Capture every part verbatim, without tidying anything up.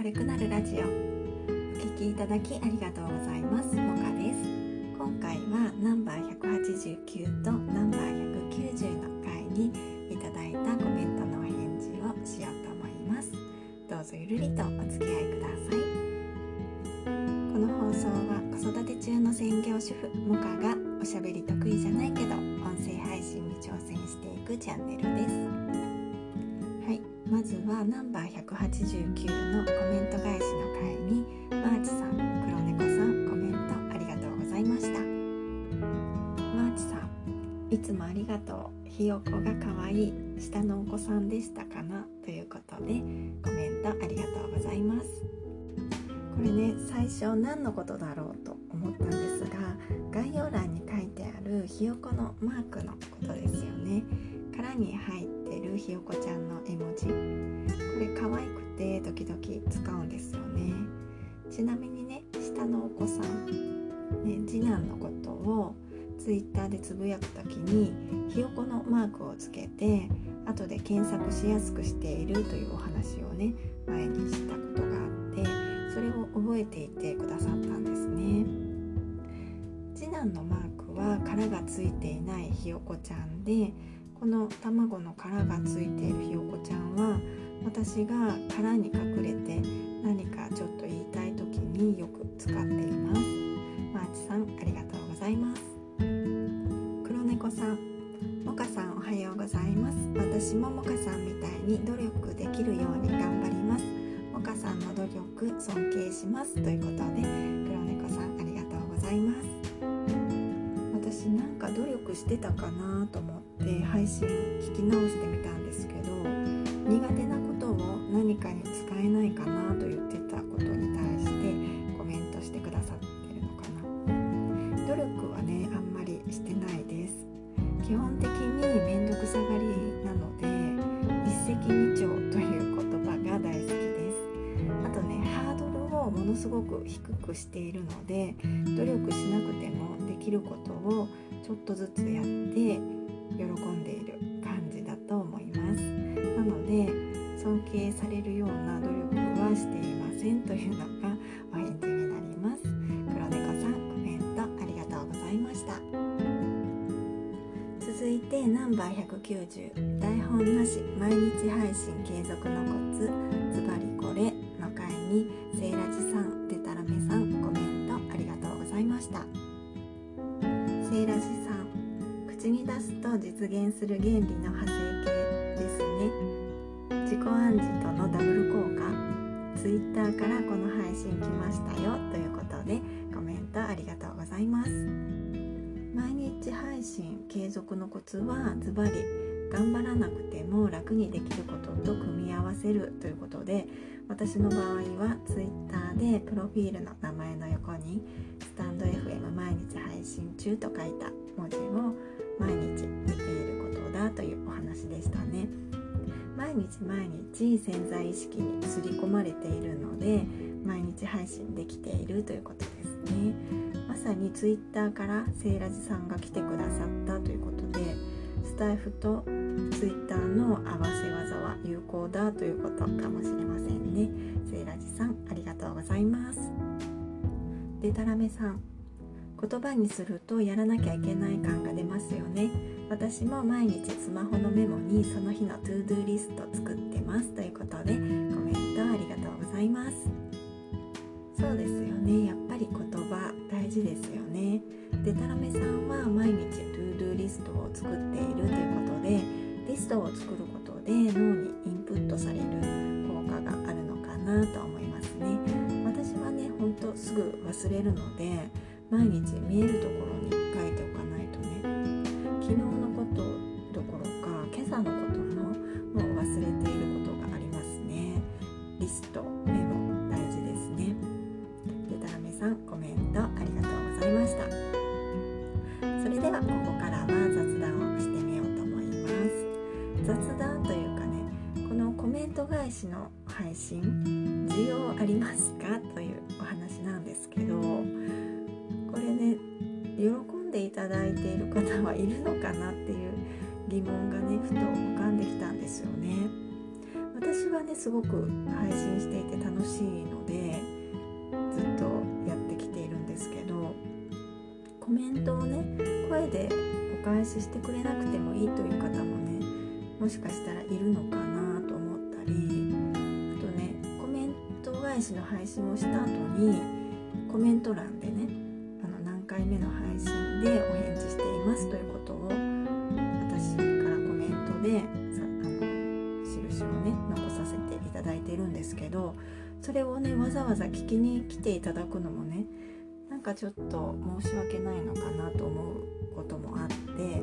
軽くなるラジオ。お聞きいただきありがとうございます。もかです。今回はナンバーひゃくはちじゅうきゅうとナンバーひゃくきゅうじゅうの回にいただいたコメントのお返事をしようと思います。どうぞゆるりとお付き合いください。この放送は子育て中の専業主婦もかがおしゃべり得意じゃないけど音声配信に挑戦していくチャンネルです。はい、まずはナンバーひゃくはちじゅうきゅうのコメント返しの回にマーチさん、黒猫さん、コメントありがとうございました。マーチさん、いつもありがとう。ひよこがかわいい。下のお子さんでしたかなということでコメントありがとうございます。これね、最初何のことだろうと思ったんですが、概要欄に書いてあるひよこのマークのことですよね。殻に入ってるひよこちゃんの絵文字、これ可愛くて時々使うんですよね。ちなみにね、下のお子さん、ね、次男のことをツイッターでつぶやくときにひよこのマークをつけて後で検索しやすくしているというお話をね、前にしたことがあって、それを覚えていてくださったんですね。次男のマークは殻がついていないひよこちゃんで、この卵の殻がついているひよこちゃんは私が殻に隠れて何かちょっと言いたい時によく使っています。マーチさん、ありがとうございます。黒猫さん、もかさん、おはようございます。私ももかさんみたいに努力できるように頑張ります。もかさんの努力尊敬しますということで、黒猫さん、ありがとうございます。私なんか努力してたかなと思って配信聞き直してみたんですけど、苦手なことを何かに使えないかなと言ってたことに対してコメントしてくださってるのかな。努力はね、あんまりしてないです。基本的にめんどくさがりなので一石二鳥という言葉が大好きです。あとね、ハードルをものすごく低くしているので、努力しなくてもできることをちょっとずつやって喜んでいる感じだと思います。なので尊敬されるような努力はしていませんというのがお返事になります。黒猫さん、コメントありがとうございました。続いてナンバーひゃくきゅうじゅう、台本なし毎日配信継続のコツ、ズバリこれの回にセイラジさん、デタラメさん、コメントありがとうございました。セイラジさん、口に出すと実現する原理の派生系ですね。自己暗示とのダブル効果。ツイッターからこの配信来ましたよということでコメントありがとうございます。毎日配信継続のコツはズバリ頑張らなくても楽にできることと組み合わせるということで、私の場合はツイッターでプロフィールの名前の横にスタンド エフエム 毎日配信中と書いた文字を毎日見ていることだというお話でしたね。毎日毎日潜在意識に刷り込まれているので毎日配信できているということですね。まさにツイッターからセイラジさんが来てくださったということで、スタイフとツイッターの合わせ技は有効だということかもしれませんね。セイラジさん、ありがとうございます。デタラメさん、言葉にするとやらなきゃいけない感が出ますよね。私も毎日スマホのメモにその日のトゥードゥーリスト作ってますということでコメントありがとうございます。そうですよね、やっぱり言葉大事ですよね。デタラメさんは毎日トゥードゥーリストを作っているということで、リストを作ることで脳にインプットされる効果があるのかなと思いますね。私はね、ほんとすぐ忘れるので毎日見えるところに書いておかないとね、昨日のことどころか今朝のことももう忘れていることがありますね。リスト、メモ大事ですね。デタラメさん、コメントありがとうございました。それではここからは雑談をしてみようと思います。雑談というかね、このコメント返しの配信需要ありますかというお話なんですけど、これね、喜んでいただいている方はいるのかなっていう疑問がね、ふと浮かんできたんですよね。 私はねすごく配信していて楽しいのでずっとやってきているんですけど、コメントをね声でお返ししてくれなくてもいいという方もねもしかしたらいるのかなと思ったり、あとねコメント返しの配信をした後にコメント欄でねあの何回目の配信でお返事していますということを私からコメントでさあの印をね残させていただいているんですけど、それをねわざわざ聞きに来ていただくのもねなんかちょっと申し訳ないのかなと思うこともあって、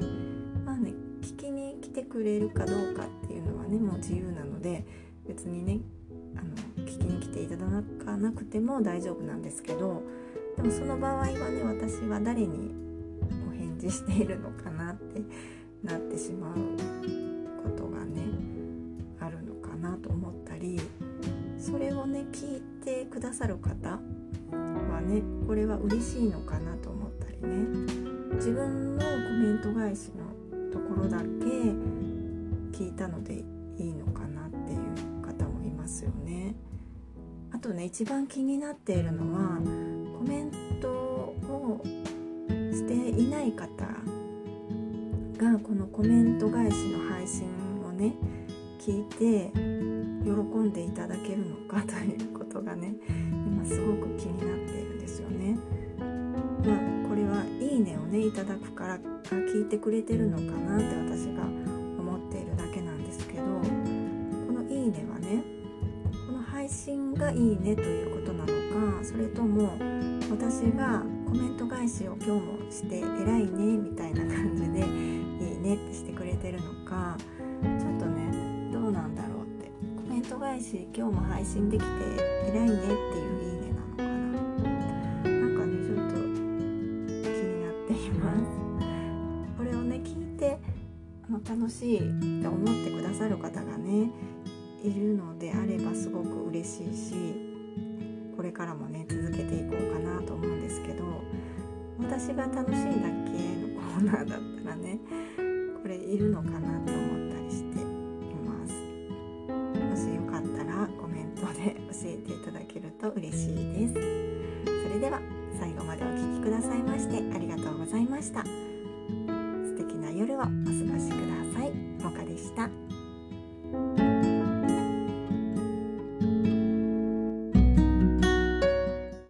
まあね聞きに来てくれるかどうかっていうのはねもう自由なので別にねあの聞きに来ていただかなくても大丈夫なんですけど、でもその場合はね私は誰にお返事しているのかなってなってしまうことがねあるのかなと思ったり、それをね聞いてくださる方はねこれは嬉しいのかなと思ったりね、自分のコメント返しのところだけ聞いたのでいいのかなっていう方もいますよね。あとね一番気になっているのはコメントをしていない方がこのコメント返しの配信をね聞いて喜んでいただけるのかということがね今すごく気になっているんですよね。まあこれはいいねをねいただくから聞いてくれてるのかなって私が思っているだけなんですけど、このいいねはねこの配信がいいねということなのか、それとも私がコメント返しを今日もして偉いねみたいな感じでいいねってしてくれてるのか、ちょっとねどうなんだろうって、コメント返し今日も配信できて偉いねっていういいねなのかな、なんかねちょっと気になっています。これをね聞いてあの楽しいと思ってくださる方がねいるのであればすごく嬉しいし、これからもね続けていこうかなと思うんですけど、私が楽しいだけのコーナーだったらねこれいるのかなと思ったりしています。もしよかったらコメントで教えていただけると嬉しいです。それでは最後までお聞きくださいましてありがとうございました。素敵な夜をお過ごしください。もかでした。